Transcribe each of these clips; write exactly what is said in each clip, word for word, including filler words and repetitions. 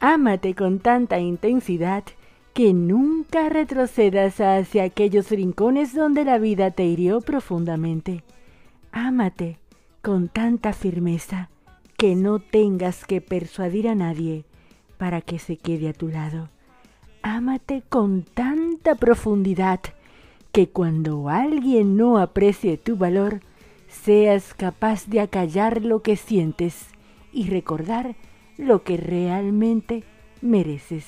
Ámate con tanta intensidad que nunca retrocedas hacia aquellos rincones donde la vida te hirió profundamente. Ámate con tanta firmeza que no tengas que persuadir a nadie para que se quede a tu lado. Ámate con tanta profundidad que cuando alguien no aprecie tu valor, seas capaz de acallar lo que sientes y recordar lo que realmente mereces.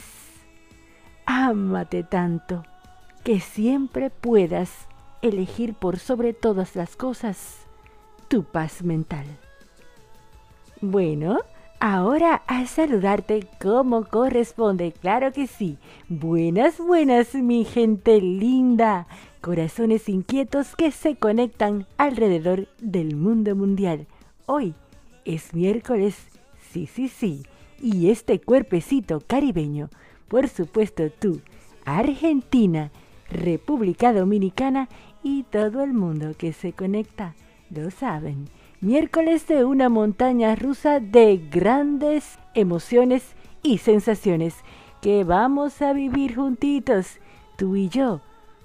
Ámate tanto que siempre puedas elegir por sobre todas las cosas tu paz mental. Bueno, ahora a saludarte como corresponde, claro que sí. Buenas, buenas, mi gente linda. Corazones inquietos que se conectan alrededor del mundo mundial. Hoy es miércoles, sí, sí, sí. Y este cuerpecito caribeño, por supuesto tú, Argentina, República Dominicana y todo el mundo que se conecta, lo saben. Miércoles de una montaña rusa de grandes emociones y sensaciones que vamos a vivir juntitos, tú y yo.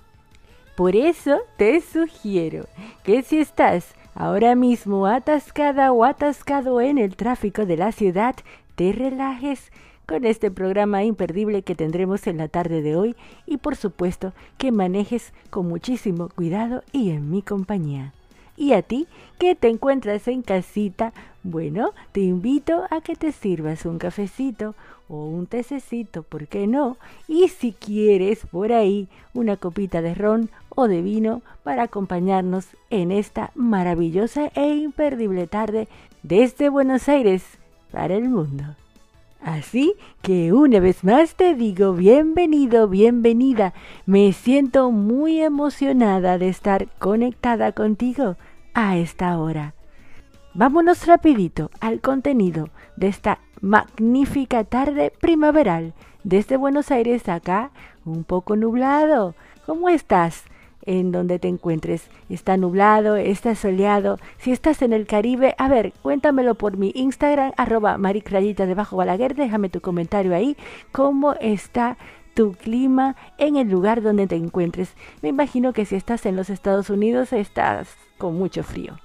Por eso te sugiero que si estás ahora mismo atascada o atascado en el tráfico de la ciudad, te relajes con este programa imperdible que tendremos en la tarde de hoy y por supuesto que manejes con muchísimo cuidado y en mi compañía. Y a ti que te encuentras en casita, bueno, te invito a que te sirvas un cafecito o un tececito, ¿por qué no? Y si quieres por ahí una copita de ron o de vino para acompañarnos en esta maravillosa e imperdible tarde desde Buenos Aires para el mundo. Así que una vez más te digo bienvenido, bienvenida. Me siento muy emocionada de estar conectada contigo a esta hora. Vámonos rapidito al contenido de esta magnífica tarde primaveral. Desde Buenos Aires acá, un poco nublado. ¿Cómo estás? En donde te encuentres, está nublado, está soleado. Si estás en el Caribe, a ver, cuéntamelo por mi Instagram, arroba maricrayita de bajo Balaguer, déjame tu comentario ahí, cómo está tu clima en el lugar donde te encuentres. Me imagino que si estás en los Estados Unidos, estás con mucho frío.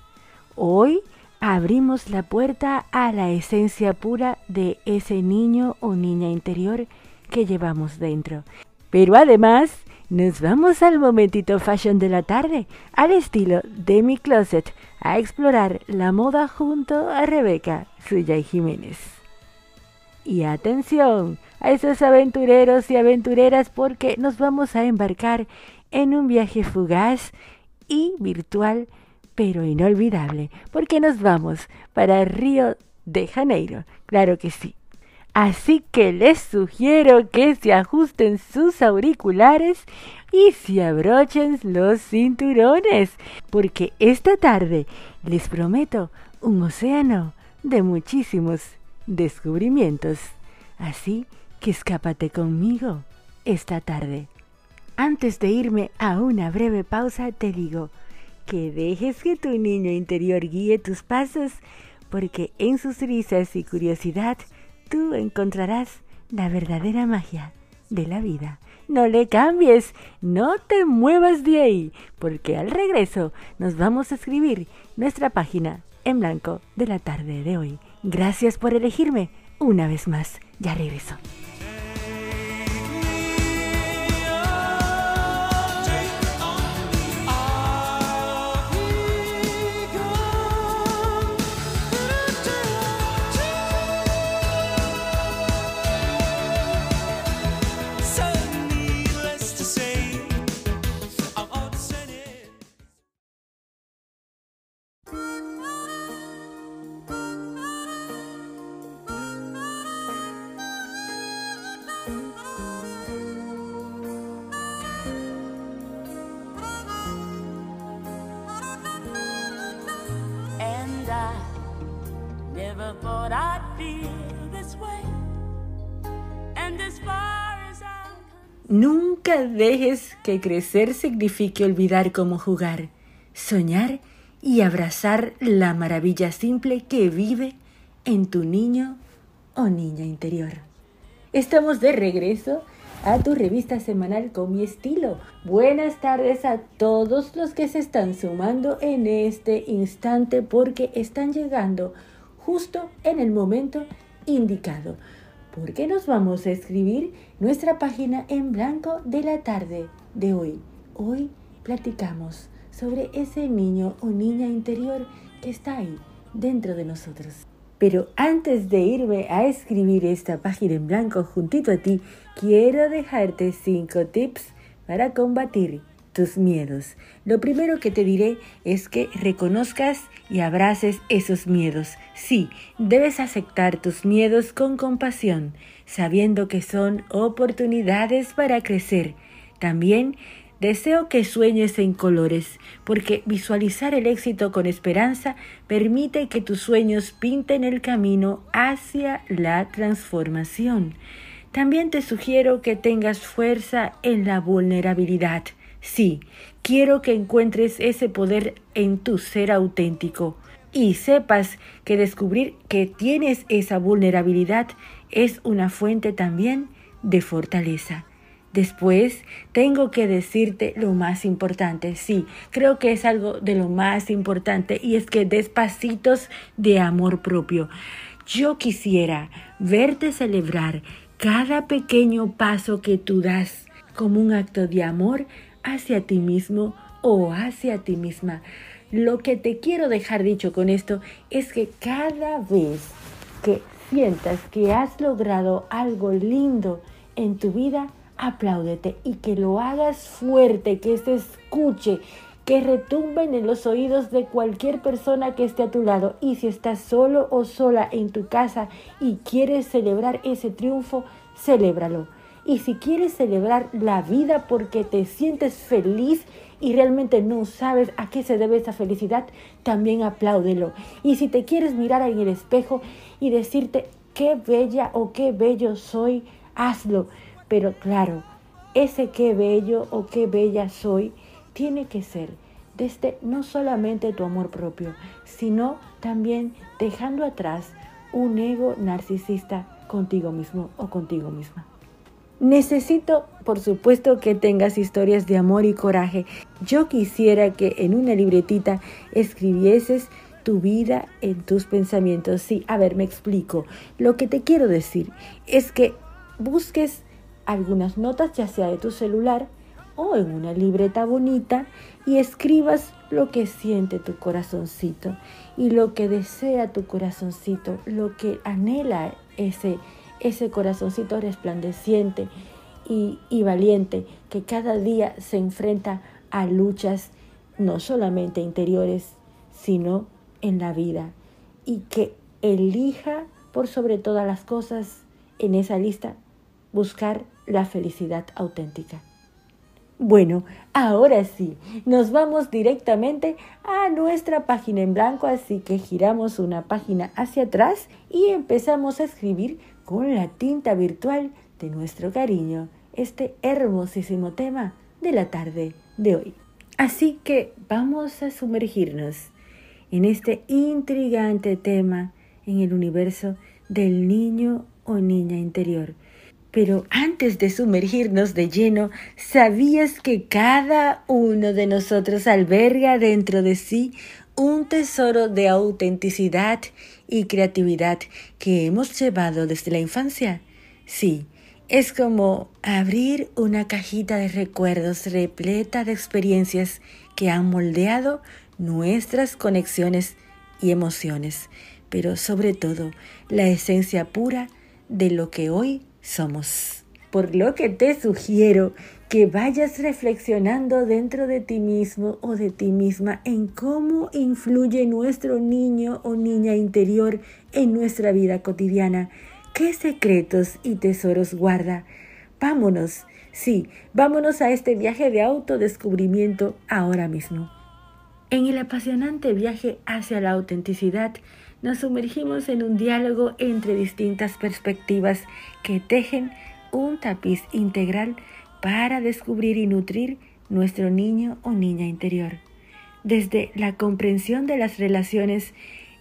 Hoy abrimos la puerta a la esencia pura de ese niño o niña interior que llevamos dentro. Pero además, nos vamos al momentito fashion de la tarde, al estilo de mi closet, a explorar la moda junto a Rebeca Suyay Jiménez. Y atención a esos aventureros y aventureras porque nos vamos a embarcar en un viaje fugaz y virtual, pero inolvidable, porque nos vamos para Río de Janeiro, claro que sí. Así que les sugiero que se ajusten sus auriculares y se abrochen los cinturones, porque esta tarde les prometo un océano de muchísimos descubrimientos. Así que escápate conmigo esta tarde. Antes de irme a una breve pausa, te digo que dejes que tu niño interior guíe tus pasos, porque en sus risas y curiosidad tú encontrarás la verdadera magia de la vida. No le cambies, no te muevas de ahí, porque al regreso nos vamos a escribir nuestra página en blanco de la tarde de hoy. Gracias por elegirme una vez más. Ya regreso. Nunca dejes que crecer signifique olvidar cómo jugar, soñar y abrazar la maravilla simple que vive en tu niño o niña interior. Estamos de regreso a tu revista semanal con mi estilo. Buenas tardes a todos los que se están sumando en este instante porque están llegando justo en el momento indicado. Porque nos vamos a escribir nuestra página en blanco de la tarde de hoy. Hoy platicamos sobre ese niño o niña interior que está ahí dentro de nosotros. Pero antes de irme a escribir esta página en blanco juntito a ti, quiero dejarte cinco tips para combatir tus miedos. Lo primero que te diré es que reconozcas y abraces esos miedos. Sí, debes aceptar tus miedos con compasión, sabiendo que son oportunidades para crecer. También deseo que sueñes en colores, porque visualizar el éxito con esperanza permite que tus sueños pinten el camino hacia la transformación. También te sugiero que tengas fuerza en la vulnerabilidad. Sí, quiero que encuentres ese poder en tu ser auténtico y sepas que descubrir que tienes esa vulnerabilidad es una fuente también de fortaleza. Después, tengo que decirte lo más importante. Sí, creo que es algo de lo más importante y es que des pasitos de amor propio. Yo quisiera verte celebrar cada pequeño paso que tú das como un acto de amor hacia ti mismo o hacia ti misma. Lo que te quiero dejar dicho con esto es que cada vez que sientas que has logrado algo lindo en tu vida, apláudete y que lo hagas fuerte, que se escuche, que retumben en los oídos de cualquier persona que esté a tu lado. Y si estás solo o sola en tu casa y quieres celebrar ese triunfo, celébralo. Y si quieres celebrar la vida porque te sientes feliz y realmente no sabes a qué se debe esa felicidad, también apláudelo. Y si te quieres mirar en el espejo y decirte qué bella o qué bello soy, hazlo. Pero claro, ese qué bello o qué bella soy tiene que ser desde no solamente tu amor propio, sino también dejando atrás un ego narcisista contigo mismo o contigo misma. Necesito, por supuesto, que tengas historias de amor y coraje. Yo quisiera que en una libretita escribieses tu vida en tus pensamientos. Sí, a ver, me explico. Lo que te quiero decir es que busques algunas notas, ya sea de tu celular o en una libreta bonita, y escribas lo que siente tu corazoncito y lo que desea tu corazoncito, lo que anhela ese, ese corazoncito resplandeciente y, y valiente que cada día se enfrenta a luchas no solamente interiores, sino en la vida, y que elija por sobre todas las cosas en esa lista buscar la felicidad auténtica. Bueno, ahora sí, nos vamos directamente a nuestra página en blanco, así que giramos una página hacia atrás y empezamos a escribir con la tinta virtual de nuestro cariño este hermosísimo tema de la tarde de hoy. Así que vamos a sumergirnos en este intrigante tema en el universo del niño o niña interior. Pero antes de sumergirnos de lleno, ¿sabías que cada uno de nosotros alberga dentro de sí un tesoro de autenticidad y creatividad que hemos llevado desde la infancia? Sí, es como abrir una cajita de recuerdos repleta de experiencias que han moldeado nuestras conexiones y emociones, pero sobre todo la esencia pura de lo que hoy somos. Por lo que te sugiero que vayas reflexionando dentro de ti mismo o de ti misma en cómo influye nuestro niño o niña interior en nuestra vida cotidiana. ¿Qué secretos y tesoros guarda? Vámonos, sí, vámonos a este viaje de autodescubrimiento ahora mismo. En el apasionante viaje hacia la autenticidad, nos sumergimos en un diálogo entre distintas perspectivas que tejen un tapiz integral para descubrir y nutrir nuestro niño o niña interior. Desde la comprensión de las relaciones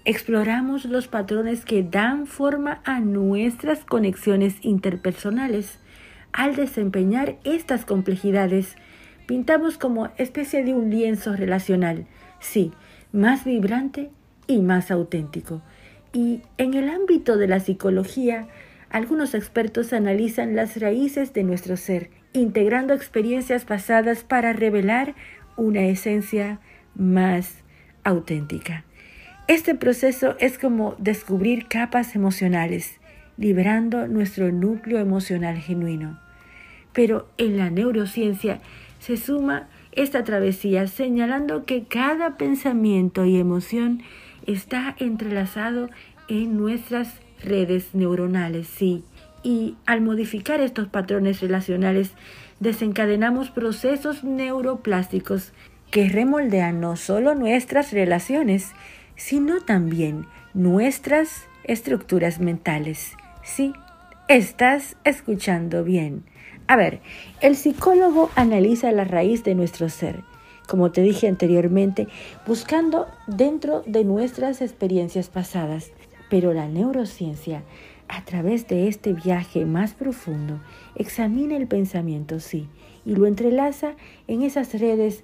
exploramos los patrones que dan forma a nuestras conexiones interpersonales. Al desempeñar estas complejidades, pintamos como especie de un lienzo relacional, sí, más vibrante y más auténtico. Y en el ámbito de la psicología, algunos expertos analizan las raíces de nuestro ser, integrando experiencias pasadas para revelar una esencia más auténtica. Este proceso es como descubrir capas emocionales, liberando nuestro núcleo emocional genuino. Pero en la neurociencia se suma esta travesía señalando que cada pensamiento y emoción está entrelazado en nuestras redes neuronales, sí. Y al modificar estos patrones relacionales, desencadenamos procesos neuroplásticos que remoldean no solo nuestras relaciones, sino también nuestras estructuras mentales. Sí, estás escuchando bien. A ver, el psicólogo analiza la raíz de nuestro ser, como te dije anteriormente, buscando dentro de nuestras experiencias pasadas. Pero la neurociencia, a través de este viaje más profundo, examina el pensamiento, sí, y lo entrelaza en esas redes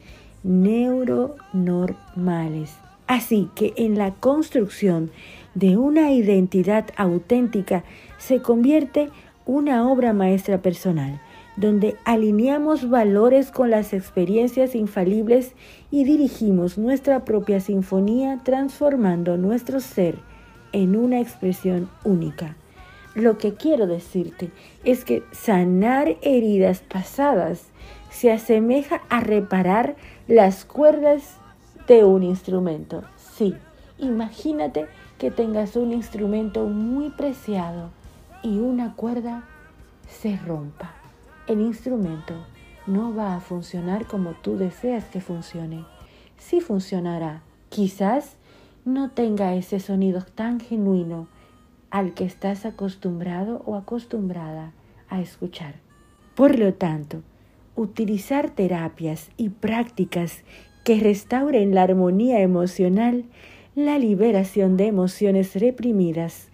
neuronormales. Así que en la construcción de una identidad auténtica se convierte una obra maestra personal, donde alineamos valores con las experiencias infalibles y dirigimos nuestra propia sinfonía, transformando nuestro ser en una expresión única. Lo que quiero decirte es que sanar heridas pasadas se asemeja a reparar las cuerdas de un instrumento. Sí, imagínate que tengas un instrumento muy preciado y una cuerda se rompa. El instrumento no va a funcionar como tú deseas que funcione. Sí funcionará, quizás no tenga ese sonido tan genuino al que estás acostumbrado o acostumbrada a escuchar. Por lo tanto, utilizar terapias y prácticas que restauren la armonía emocional, la liberación de emociones reprimidas,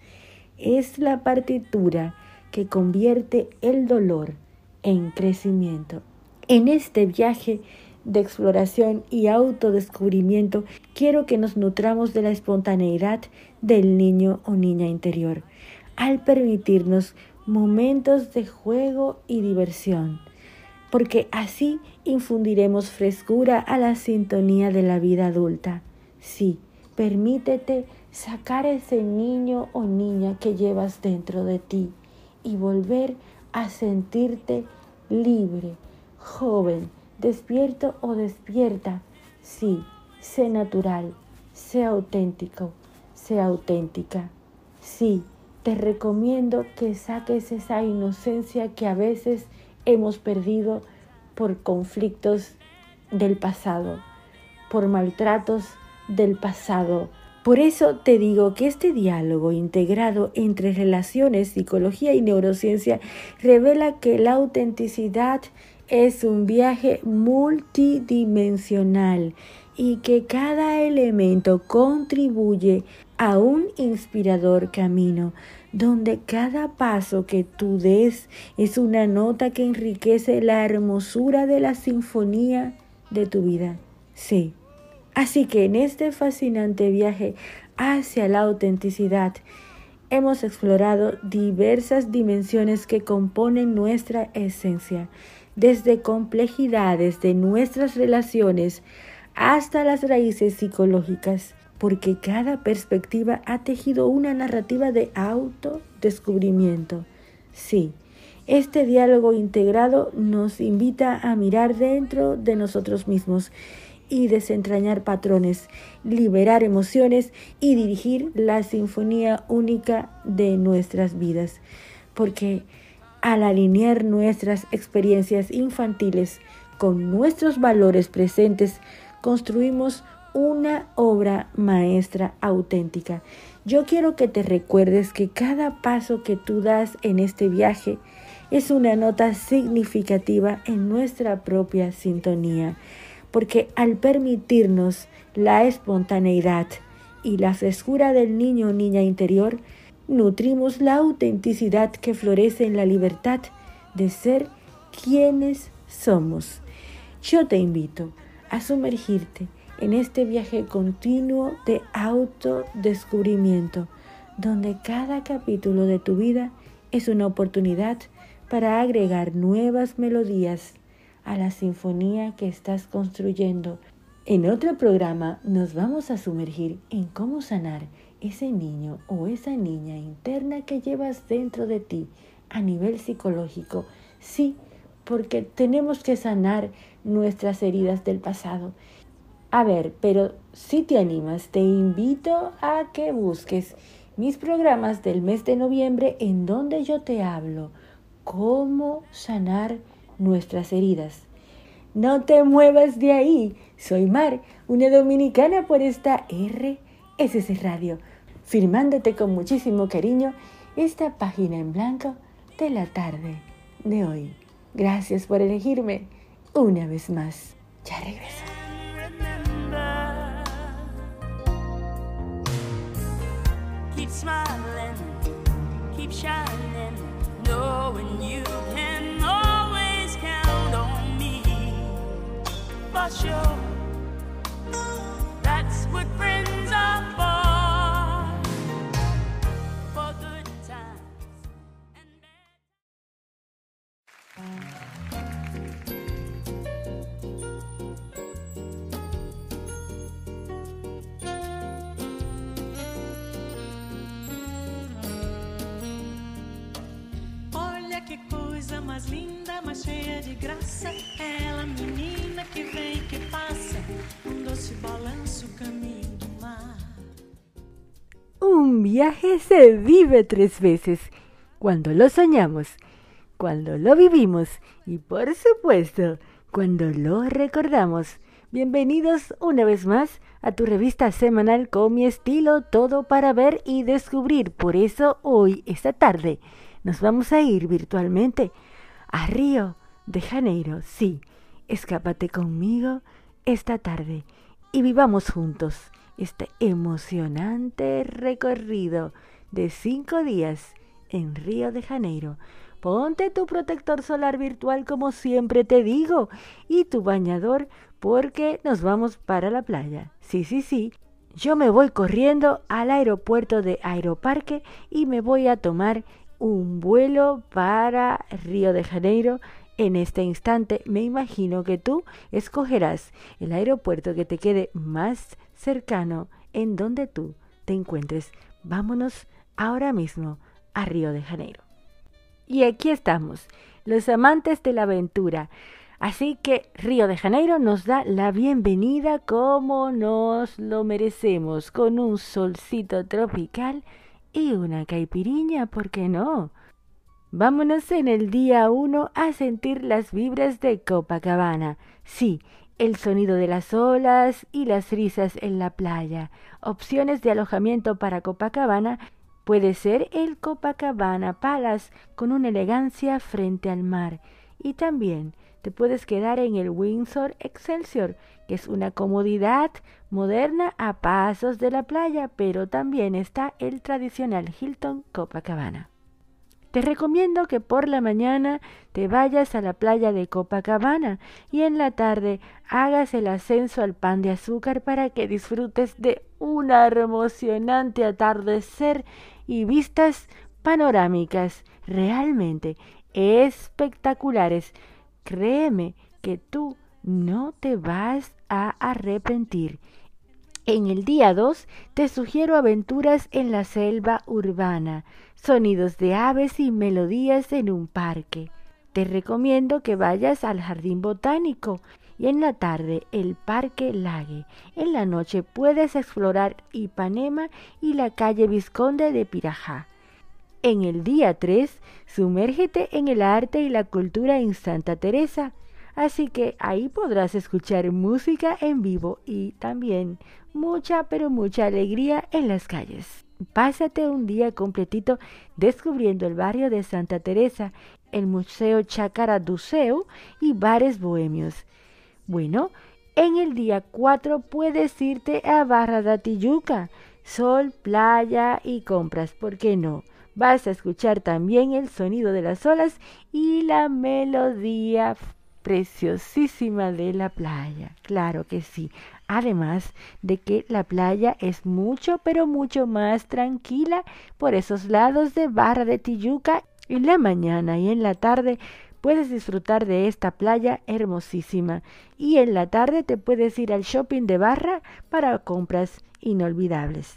es la partitura que convierte el dolor en crecimiento. En este viaje de exploración y autodescubrimiento, quiero que nos nutramos de la espontaneidad del niño o niña interior, al permitirnos momentos de juego y diversión, porque así infundiremos frescura a la sintonía de la vida adulta. Sí, permítete sacar ese niño o niña que llevas dentro de ti y volver a sentirte libre, joven, despierto o despierta. Sí, sé natural, sé auténtico, sé auténtica. Sí, te recomiendo que saques esa inocencia que a veces hemos perdido por conflictos del pasado, por maltratos del pasado. Por eso te digo que este diálogo integrado entre relaciones, psicología y neurociencia revela que la autenticidad es un viaje multidimensional y que cada elemento contribuye a un inspirador camino, donde cada paso que tú des es una nota que enriquece la hermosura de la sinfonía de tu vida. Sí. Así que en este fascinante viaje hacia la autenticidad, hemos explorado diversas dimensiones que componen nuestra esencia, desde complejidades de nuestras relaciones hasta las raíces psicológicas, porque cada perspectiva ha tejido una narrativa de autodescubrimiento. Sí, este diálogo integrado nos invita a mirar dentro de nosotros mismos y desentrañar patrones, liberar emociones y dirigir la sinfonía única de nuestras vidas. Porque al alinear nuestras experiencias infantiles con nuestros valores presentes, construimos una obra maestra auténtica. Yo quiero que te recuerdes que cada paso que tú das en este viaje es una nota significativa en nuestra propia sintonía. Porque al permitirnos la espontaneidad y la frescura del niño o niña interior, nutrimos la autenticidad que florece en la libertad de ser quienes somos. Yo te invito a sumergirte en este viaje continuo de autodescubrimiento, donde cada capítulo de tu vida es una oportunidad para agregar nuevas melodías a la sinfonía que estás construyendo. En otro programa nos vamos a sumergir en cómo sanar ese niño o esa niña interna que llevas dentro de ti a nivel psicológico. Sí, porque tenemos que sanar nuestras heridas del pasado. A ver, pero si te animas, te invito a que busques mis programas del mes de noviembre en donde yo te hablo cómo sanar nuestras heridas. No te muevas de ahí. Soy Mar, una dominicana por esta R S C Radio, firmándote con muchísimo cariño esta página en blanco de la tarde de hoy. Gracias por elegirme una vez más. Ya regreso. Keep smiling, keep shining, knowing you can always count on me. For sure, that's what friends are for. For good times and bad. Que coisa mais linda, mais cheia de graça, é ela, menina que vem, que passa, um doce balanço, caminho do mar. Un viaje se vive tres veces, cuando lo soñamos, cuando lo vivimos y por supuesto, cuando lo recordamos. Bienvenidos una vez más a tu revista semanal con mi estilo, todo para ver y descubrir. Por eso hoy, esta tarde, nos vamos a ir virtualmente a Río de Janeiro. Sí, escápate conmigo esta tarde y vivamos juntos este emocionante recorrido de cinco días en Río de Janeiro. Ponte tu protector solar virtual como siempre te digo y tu bañador porque nos vamos para la playa. Sí, sí, sí. Yo me voy corriendo al aeropuerto de Aeroparque y me voy a tomar un vuelo para Río de Janeiro. En este instante me imagino que tú escogerás el aeropuerto que te quede más cercano en donde tú te encuentres. Vámonos ahora mismo a Río de Janeiro. Y aquí estamos, los amantes de la aventura. Así que Río de Janeiro nos da la bienvenida como nos lo merecemos, con un solcito tropical y una caipiriña, ¿por qué no? Vámonos en el día uno a sentir las vibras de Copacabana. Sí, el sonido de las olas y las risas en la playa. Opciones de alojamiento para Copacabana puede ser el Copacabana Palace con una elegancia frente al mar. Y también te puedes quedar en el Windsor Excelsior, que es una comodidad moderna a pasos de la playa, pero también está el tradicional Hilton Copacabana. Te recomiendo que por la mañana te vayas a la playa de Copacabana y en la tarde hagas el ascenso al Pan de Azúcar para que disfrutes de un emocionante atardecer y vistas panorámicas realmente espectaculares. Créeme que tú no te vas a arrepentir. En el día dos te sugiero aventuras en la selva urbana, sonidos de aves y melodías en un parque. Te recomiendo que vayas al Jardín Botánico y en la tarde el Parque Lague. En la noche puedes explorar Ipanema y la calle Vizconde de Pirajá. En el día tres, sumérgete en el arte y la cultura en Santa Teresa. Así que ahí podrás escuchar música en vivo y también mucha, pero mucha alegría en las calles. Pásate un día completito descubriendo el barrio de Santa Teresa, el Museo Chácara do Seu y bares bohemios. Bueno, en el día cuatro puedes irte a Barra da Tijuca. Sol, playa y compras, ¿por qué no? Vas a escuchar también el sonido de las olas y la melodía preciosísima de la playa. Claro que sí. Además de que la playa es mucho, pero mucho más tranquila por esos lados de Barra de Tijuca. En la mañana y en la tarde puedes disfrutar de esta playa hermosísima. Y en la tarde te puedes ir al shopping de Barra para compras inolvidables.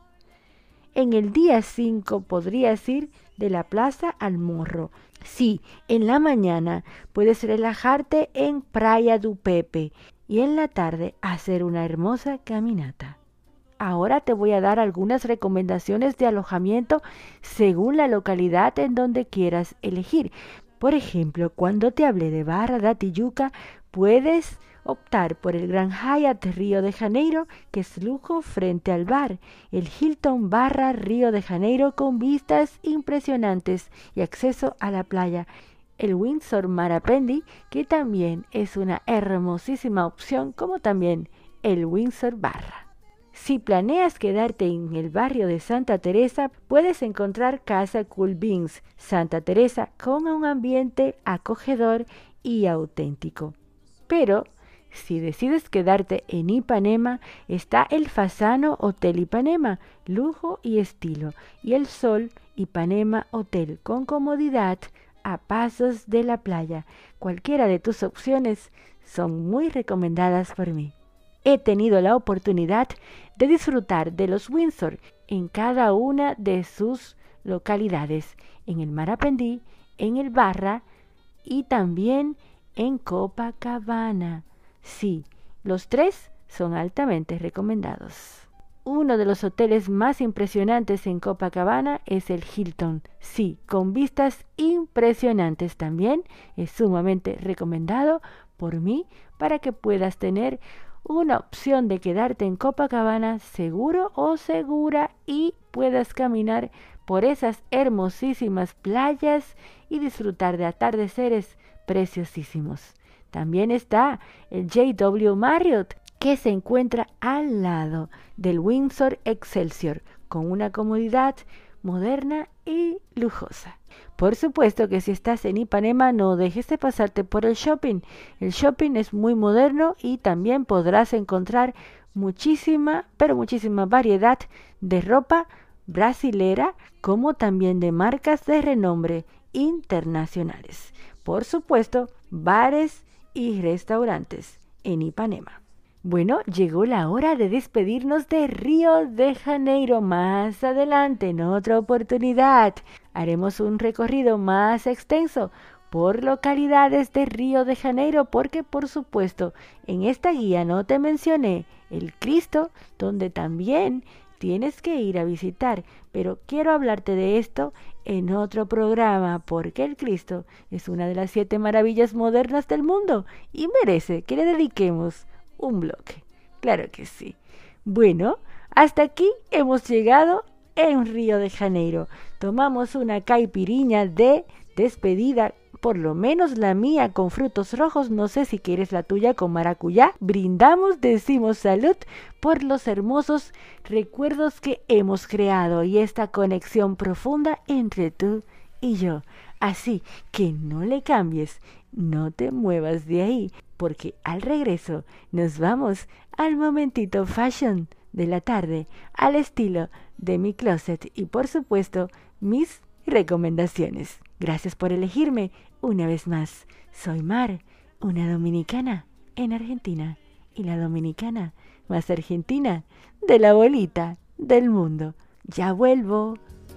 En el día cinco podrías ir de la plaza al Morro. Sí, en la mañana puedes relajarte en Praia do Pepe y en la tarde hacer una hermosa caminata. Ahora te voy a dar algunas recomendaciones de alojamiento según la localidad en donde quieras elegir. Por ejemplo, cuando te hablé de Barra da Tijuca, puedes optar por el Grand Hyatt Río de Janeiro, que es lujo frente al bar, el Hilton Barra Río de Janeiro con vistas impresionantes y acceso a la playa, el Windsor Marapendi, que también es una hermosísima opción, como también el Windsor Barra. Si planeas quedarte en el barrio de Santa Teresa, puedes encontrar Casa Cool Beans Santa Teresa con un ambiente acogedor y auténtico. Pero si decides quedarte en Ipanema, está el Fasano Hotel Ipanema, lujo y estilo, y el Sol Ipanema Hotel con comodidad a pasos de la playa. Cualquiera de tus opciones son muy recomendadas por mí. He tenido la oportunidad de disfrutar de los Windsor en cada una de sus localidades, en el Marapendi, en el Barra y también en Copacabana. Sí, los tres son altamente recomendados. Uno de los hoteles más impresionantes en Copacabana es el Hilton. Sí, con vistas impresionantes también. Es sumamente recomendado por mí para que puedas tener una opción de quedarte en Copacabana seguro o segura y puedas caminar por esas hermosísimas playas y disfrutar de atardeceres preciosísimos. También está el J W Marriott, que se encuentra al lado del Windsor Excelsior, con una comodidad moderna y lujosa. Por supuesto que si estás en Ipanema no dejes de pasarte por el shopping. El shopping es muy moderno y también podrás encontrar muchísima, pero muchísima variedad de ropa brasilera, como también de marcas de renombre internacionales. Por supuesto, bares y restaurantes en Ipanema. Bueno, llegó la hora de despedirnos de Río de Janeiro. Más adelante, en otra oportunidad, haremos un recorrido más extenso por localidades de Río de Janeiro, porque por supuesto, en esta guía no te mencioné el Cristo, donde también tienes que ir a visitar, pero quiero hablarte de esto en otro programa, porque el Cristo es una de las siete maravillas modernas del mundo y merece que le dediquemos un bloque. Claro que sí. Bueno, hasta aquí hemos llegado en Río de Janeiro. Tomamos una caipiriña de despedida, por lo menos la mía con frutos rojos, no sé si quieres la tuya con maracuyá. Brindamos, decimos salud por los hermosos recuerdos que hemos creado y esta conexión profunda entre tú y yo. Así que no le cambies, no te muevas de ahí, porque al regreso nos vamos al momentito fashion de la tarde, al estilo de mi closet y por supuesto mis recomendaciones. Gracias por elegirme una vez más. Soy Mar, una dominicana en Argentina y la dominicana más argentina de la bolita del mundo. Ya vuelvo.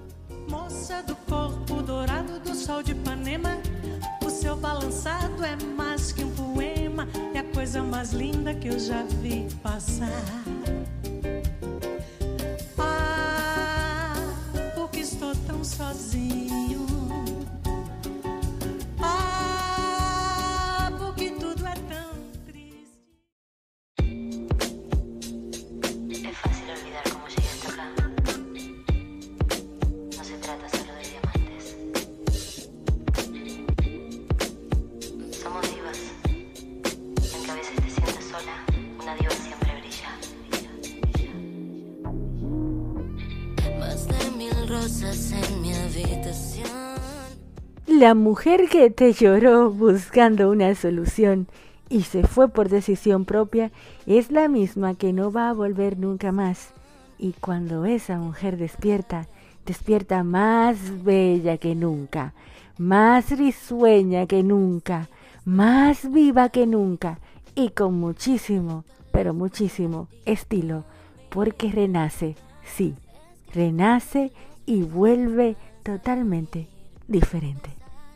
Moça do corpo dourado do sol de Ipanema, o seu balançado é mais que um poema, é a coisa mais linda que eu já vi passar. Ah, porque estou tão sozinho. Ah, porque tudo é tão triste. Es fácil olvidar cómo llegué hasta acá. No se trata solo de diamantes. Somos divas. Y aunque a veces te sientas sola, una diva siempre brilla. La mujer que te lloró buscando una solución y se fue por decisión propia es la misma que no va a volver nunca más. Y cuando esa mujer despierta, despierta más bella que nunca, más risueña que nunca, más viva que nunca y con muchísimo, pero muchísimo estilo, porque renace, sí, renace y vuelve totalmente diferente.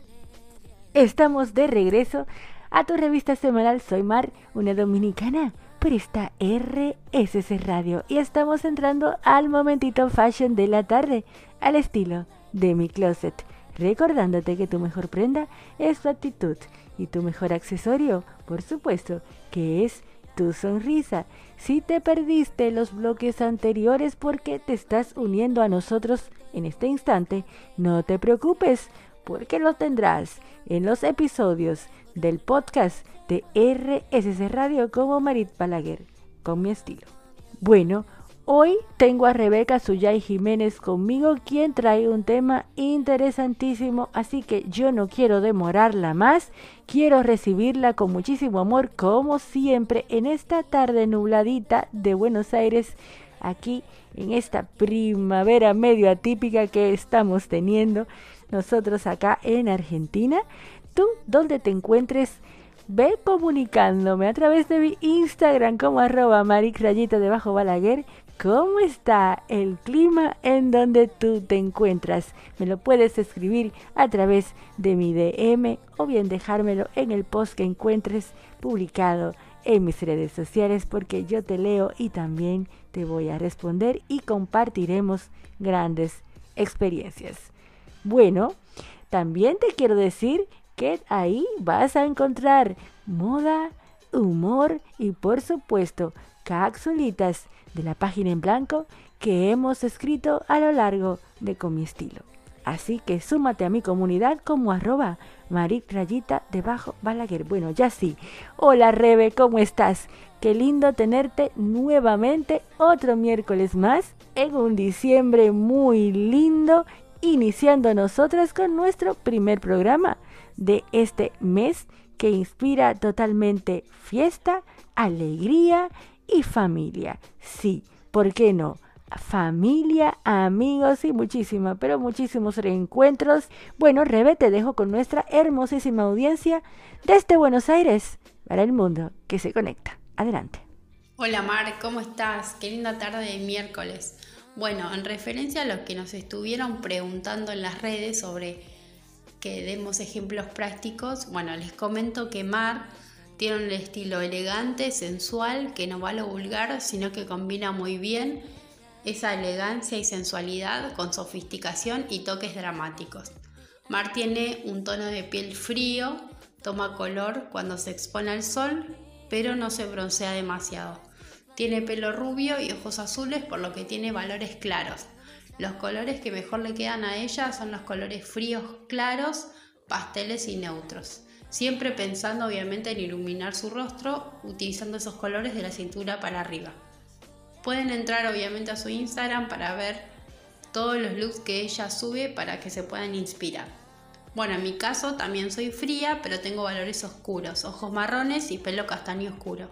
Estamos de regreso a tu revista semanal Soy Mar, una dominicana, por esta R S S Radio, y estamos entrando al momentito fashion de la tarde, al estilo de mi closet, recordándote que tu mejor prenda es tu actitud y tu mejor accesorio, por supuesto, que es tu sonrisa. Si te perdiste los bloques anteriores porque te estás uniendo a nosotros en este instante, no te preocupes, porque lo tendrás en los episodios del podcast de R S S Radio como Marit Balaguer, con mi estilo. Bueno, hoy tengo a Rebeca Suyay Jiménez conmigo, quien trae un tema interesantísimo, así que yo no quiero demorarla más, quiero recibirla con muchísimo amor, como siempre, en esta tarde nubladita de Buenos Aires, aquí en esta primavera medio atípica que estamos teniendo nosotros acá en Argentina. Tú, donde te encuentres, ve comunicándome a través de mi Instagram como arroba maricrayita debajo Balaguer. ¿Cómo está el clima en donde tú te encuentras? Me lo puedes escribir a través de mi D M o bien dejármelo en el post que encuentres publicado en mis redes sociales, porque yo te leo y también te voy a responder y compartiremos grandes experiencias. Bueno, también te quiero decir que ahí vas a encontrar moda, humor y por supuesto capsulitas de la página en blanco que hemos escrito a lo largo de Con Mi Estilo. Así que súmate a mi comunidad como arroba maricrayita debajo Balaguer. Bueno, ya sí. Hola Rebe, ¿cómo estás? Qué lindo tenerte nuevamente otro miércoles más en un diciembre muy lindo, iniciando nosotras con nuestro primer programa de este mes que inspira totalmente fiesta, alegría y familia. Sí, ¿por qué no? Familia, amigos y muchísima, pero muchísimos reencuentros. Bueno, Rebe, te dejo con nuestra hermosísima audiencia desde Buenos Aires para el mundo que se conecta. Adelante. Hola Mar, ¿cómo estás? Qué linda tarde de miércoles. Bueno, en referencia a lo que nos estuvieron preguntando en las redes sobre que demos ejemplos prácticos, bueno, les comento que Mar tiene un estilo elegante, sensual, que no va a lo vulgar, sino que combina muy bien esa elegancia y sensualidad con sofisticación y toques dramáticos. Mar tiene un tono de piel frío, toma color cuando se expone al sol, pero no se broncea demasiado. Tiene pelo rubio y ojos azules, por lo que tiene valores claros. Los colores que mejor le quedan a ella son los colores fríos claros, pasteles y neutros. Siempre pensando obviamente en iluminar su rostro, utilizando esos colores de la cintura para arriba. Pueden entrar obviamente a su Instagram para ver todos los looks que ella sube para que se puedan inspirar. Bueno, en mi caso también soy fría, pero tengo valores oscuros, ojos marrones y pelo castaño oscuro.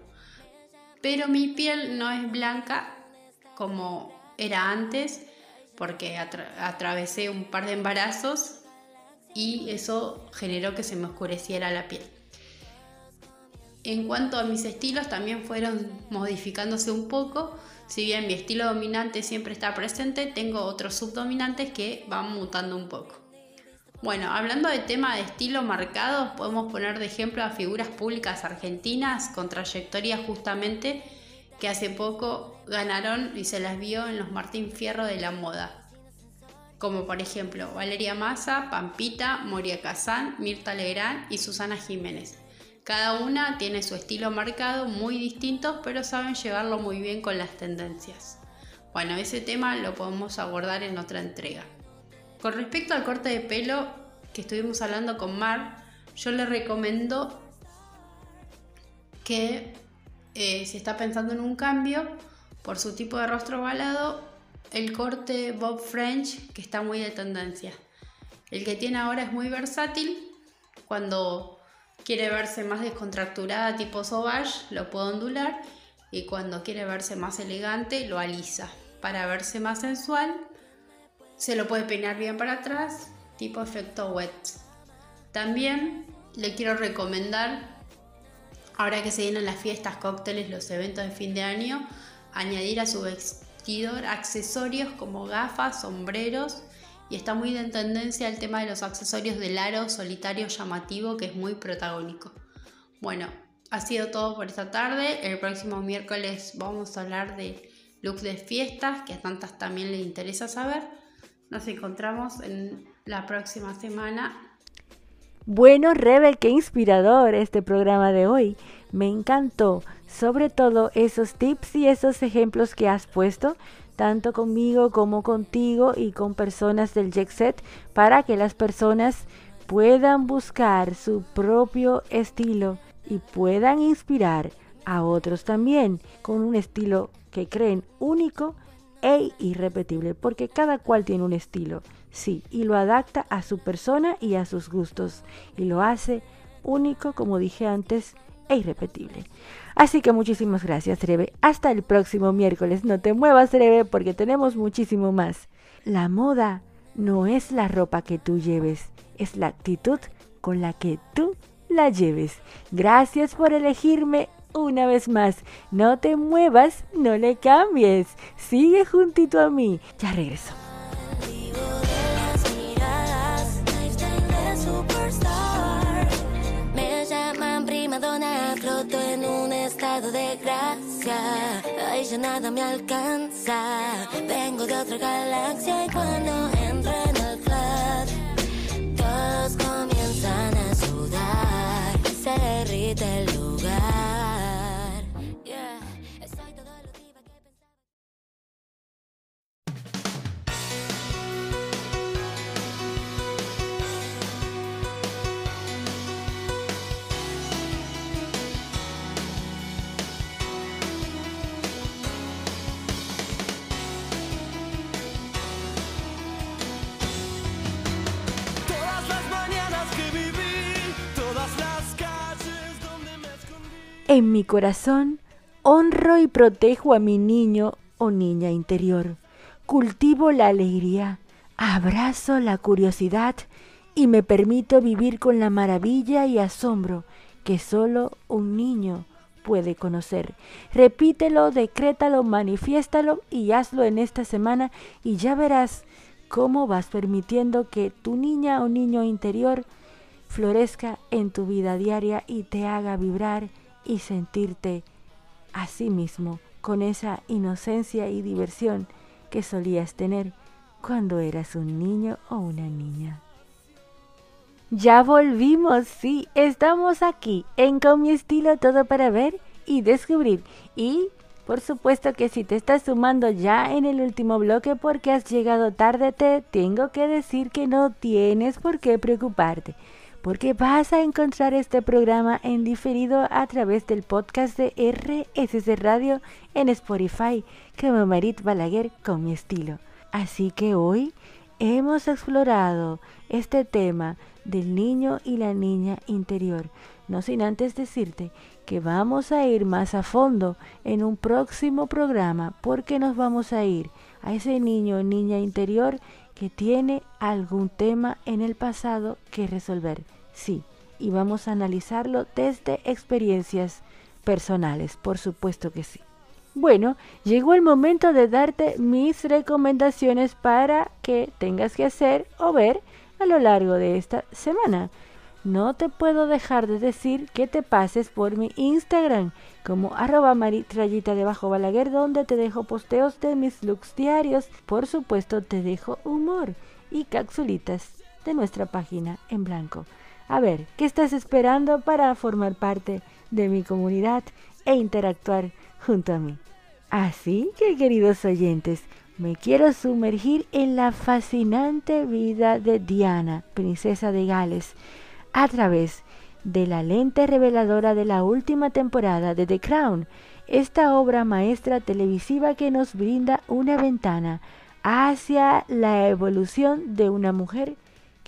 Pero mi piel no es blanca como era antes, porque atra- atravesé un par de embarazos y eso generó que se me oscureciera la piel. En cuanto a mis estilos, también fueron modificándose un poco. Si bien mi estilo dominante siempre está presente, tengo otros subdominantes que van mutando un poco. Bueno, hablando de tema de estilo marcados, podemos poner de ejemplo a figuras públicas argentinas con trayectoria justamente que hace poco ganaron y se las vio en los Martín Fierro de la moda. Como por ejemplo Valeria Massa, Pampita, Moria Kazan, Mirta Legrand y Susana Jiménez. Cada una tiene su estilo marcado, muy distintos, pero saben llevarlo muy bien con las tendencias. Bueno, ese tema lo podemos abordar en otra entrega. Con respecto al corte de pelo que estuvimos hablando con Mar, yo le recomiendo que eh, si está pensando en un cambio por su tipo de rostro ovalado, el corte Bob French, que está muy de tendencia. El que tiene ahora es muy versátil. Cuando quiere verse más descontracturada tipo Sauvage, lo puede ondular. Y cuando quiere verse más elegante, lo alisa. Para verse más sensual, se lo puede peinar bien para atrás, tipo efecto wet. También le quiero recomendar, ahora que se vienen las fiestas, cócteles, los eventos de fin de año, añadir a su vestidor accesorios como gafas, sombreros, y está muy en tendencia el tema de los accesorios del aro solitario llamativo, que es muy protagónico. Bueno, ha sido todo por esta tarde. El próximo miércoles vamos a hablar de looks de fiestas, que a tantas también les interesa saber. Nos encontramos en la próxima semana. Bueno, Rebe, qué inspirador este programa de hoy. Me encantó, sobre todo esos tips y esos ejemplos que has puesto, tanto conmigo como contigo y con personas del Jet Set, para que las personas puedan buscar su propio estilo y puedan inspirar a otros también con un estilo que creen único e irrepetible, porque cada cual tiene un estilo. Sí, y lo adapta a su persona y a sus gustos, y lo hace único, como dije antes, e irrepetible. Así que muchísimas gracias, Rebe. Hasta el próximo miércoles. No te muevas, Rebe, porque tenemos muchísimo más. La moda no es la ropa que tú lleves, es la actitud con la que tú la lleves. Gracias por elegirme una vez más. No te muevas, no le cambies. Sigue juntito a mí. Ya regreso. Floto en un estado de gracia. Ay, ya nada me alcanza. Vengo de otra galaxia y cuando entro en el club, todos comienzan a sudar. Se derrite el lugar. Yeah. Estoy todo lo diva que pensaba. En mi corazón honro y protejo a mi niño o niña interior. Cultivo la alegría, abrazo la curiosidad y me permito vivir con la maravilla y asombro que solo un niño puede conocer. Repítelo, decrétalo, manifiéstalo y hazlo en esta semana y ya verás cómo vas permitiendo que tu niña o niño interior florezca en tu vida diaria y te haga vibrar y sentirte a sí mismo con esa inocencia y diversión que solías tener cuando eras un niño o una niña. Ya volvimos, sí, estamos aquí en Con Mi Estilo, todo para ver y descubrir. Y por supuesto que si te estás sumando ya en el último bloque porque has llegado tarde, te tengo que decir que no tienes por qué preocuparte, porque vas a encontrar este programa en diferido a través del podcast de R S C Radio en Spotify, como Marit Balaguer Con Mi Estilo. Así que hoy hemos explorado este tema del niño y la niña interior, no sin antes decirte que vamos a ir más a fondo en un próximo programa, porque nos vamos a ir a ese niño o niña interior que tiene algún tema en el pasado que resolver. Sí, y vamos a analizarlo desde experiencias personales, por supuesto que sí. Bueno, llegó el momento de darte mis recomendaciones para que tengas que hacer o ver a lo largo de esta semana. No te puedo dejar de decir que te pases por mi Instagram como arroba maritrayita debajo Balaguer, donde te dejo posteos de mis looks diarios. Por supuesto te dejo humor y capsulitas de nuestra página en blanco. A ver, ¿qué estás esperando para formar parte de mi comunidad e interactuar junto a mí? Así que, queridos oyentes, me quiero sumergir en la fascinante vida de Diana, princesa de Gales, a través de la lente reveladora de la última temporada de The Crown, esta obra maestra televisiva que nos brinda una ventana hacia la evolución de una mujer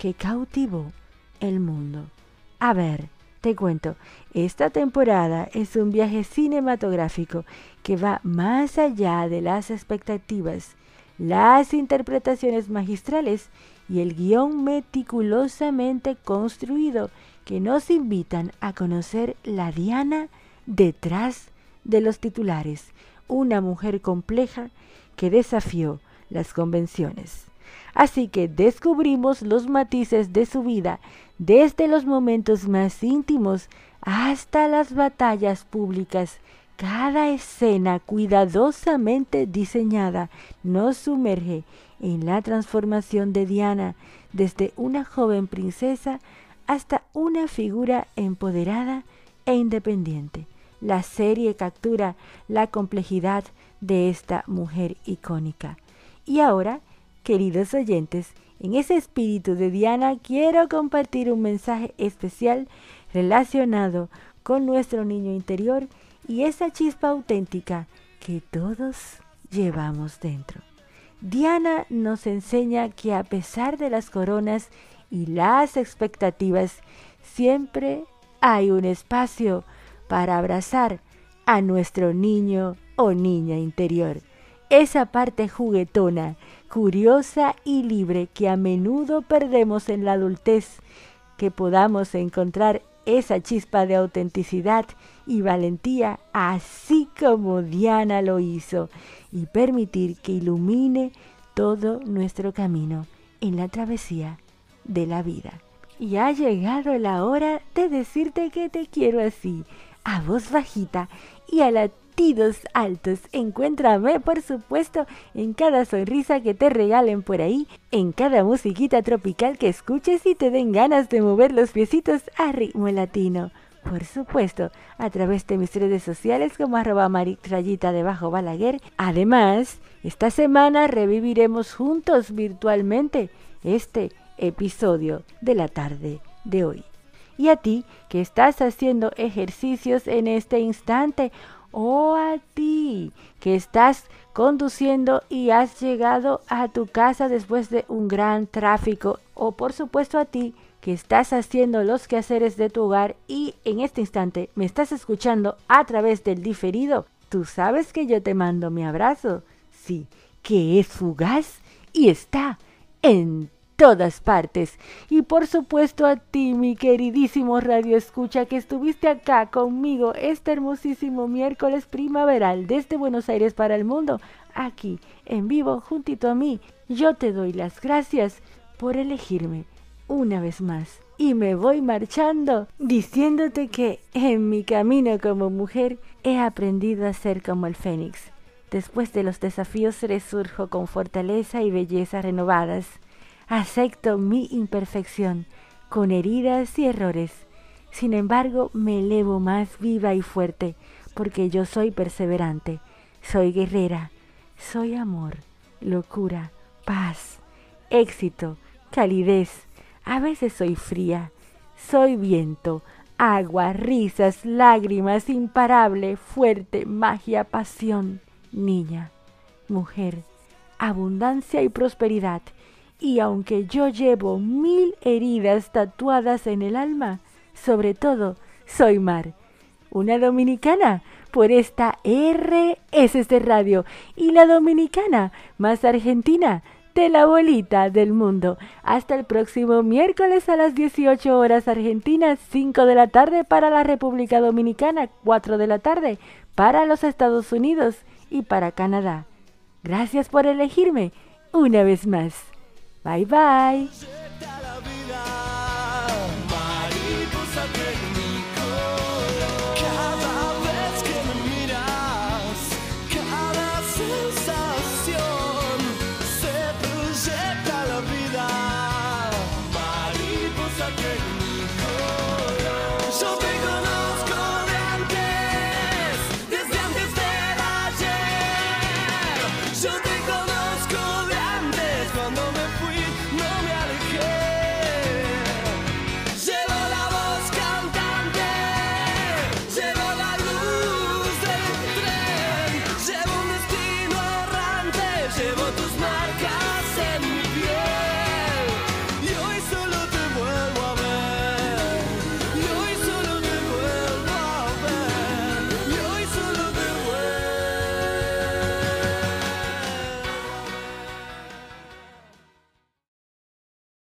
que cautivó el mundo. A ver, te cuento, esta temporada es un viaje cinematográfico que va más allá de las expectativas, las interpretaciones magistrales y el guión meticulosamente construido que nos invitan a conocer la Diana detrás de los titulares, una mujer compleja que desafió las convenciones. Así que descubrimos los matices de su vida, desde los momentos más íntimos hasta las batallas públicas. Cada escena cuidadosamente diseñada nos sumerge en la transformación de Diana, desde una joven princesa hasta una figura empoderada e independiente. La serie captura la complejidad de esta mujer icónica. Y ahora, queridos oyentes, en ese espíritu de Diana quiero compartir un mensaje especial relacionado con nuestro niño interior y esa chispa auténtica que todos llevamos dentro. Diana nos enseña que a pesar de las coronas y las expectativas, siempre hay un espacio para abrazar a nuestro niño o niña interior. Esa parte juguetona, curiosa y libre que a menudo perdemos en la adultez, que podamos encontrar esa chispa de autenticidad y valentía, así como Diana lo hizo, y permitir que ilumine todo nuestro camino en la travesía de la vida. Y ha llegado la hora de decirte que te quiero así, a voz bajita y a latidos altos. Encuéntrame, por supuesto, en cada sonrisa que te regalen por ahí, en cada musiquita tropical que escuches y te den ganas de mover los piecitos a ritmo latino. Por supuesto, a través de mis redes sociales como arroba maritrayita debajo Balaguer. Además, esta semana reviviremos juntos virtualmente este episodio de la tarde de hoy. Y a ti que estás haciendo ejercicios en este instante, o a ti que estás conduciendo y has llegado a tu casa después de un gran tráfico, o por supuesto a ti que estás haciendo los quehaceres de tu hogar y en este instante me estás escuchando a través del diferido, tú sabes que yo te mando mi abrazo, sí, que es fugaz y está en todas partes. Y por supuesto a ti, mi queridísimo Radio Escucha, que estuviste acá conmigo este hermosísimo miércoles primaveral desde Buenos Aires para el mundo, aquí en vivo juntito a mí. Yo te doy las gracias por elegirme una vez más. Y me voy marchando diciéndote que en mi camino como mujer he aprendido a ser como el fénix. Después de los desafíos resurjo con fortaleza y belleza renovadas. Acepto mi imperfección, con heridas y errores. Sin embargo, me elevo más viva y fuerte, porque yo soy perseverante, soy guerrera, soy amor, locura, paz, éxito, calidez. A veces soy fría, soy viento, agua, risas, lágrimas, imparable, fuerte, magia, pasión, niña, mujer, abundancia y prosperidad. Y aunque yo llevo mil heridas tatuadas en el alma, sobre todo soy Mar, una dominicana por esta R S de Radio y la dominicana más argentina de la bolita del mundo. Hasta el próximo miércoles a las dieciocho horas argentinas, cinco de la tarde para la República Dominicana, cuatro de la tarde para los Estados Unidos y para Canadá. Gracias por elegirme una vez más. Bye bye.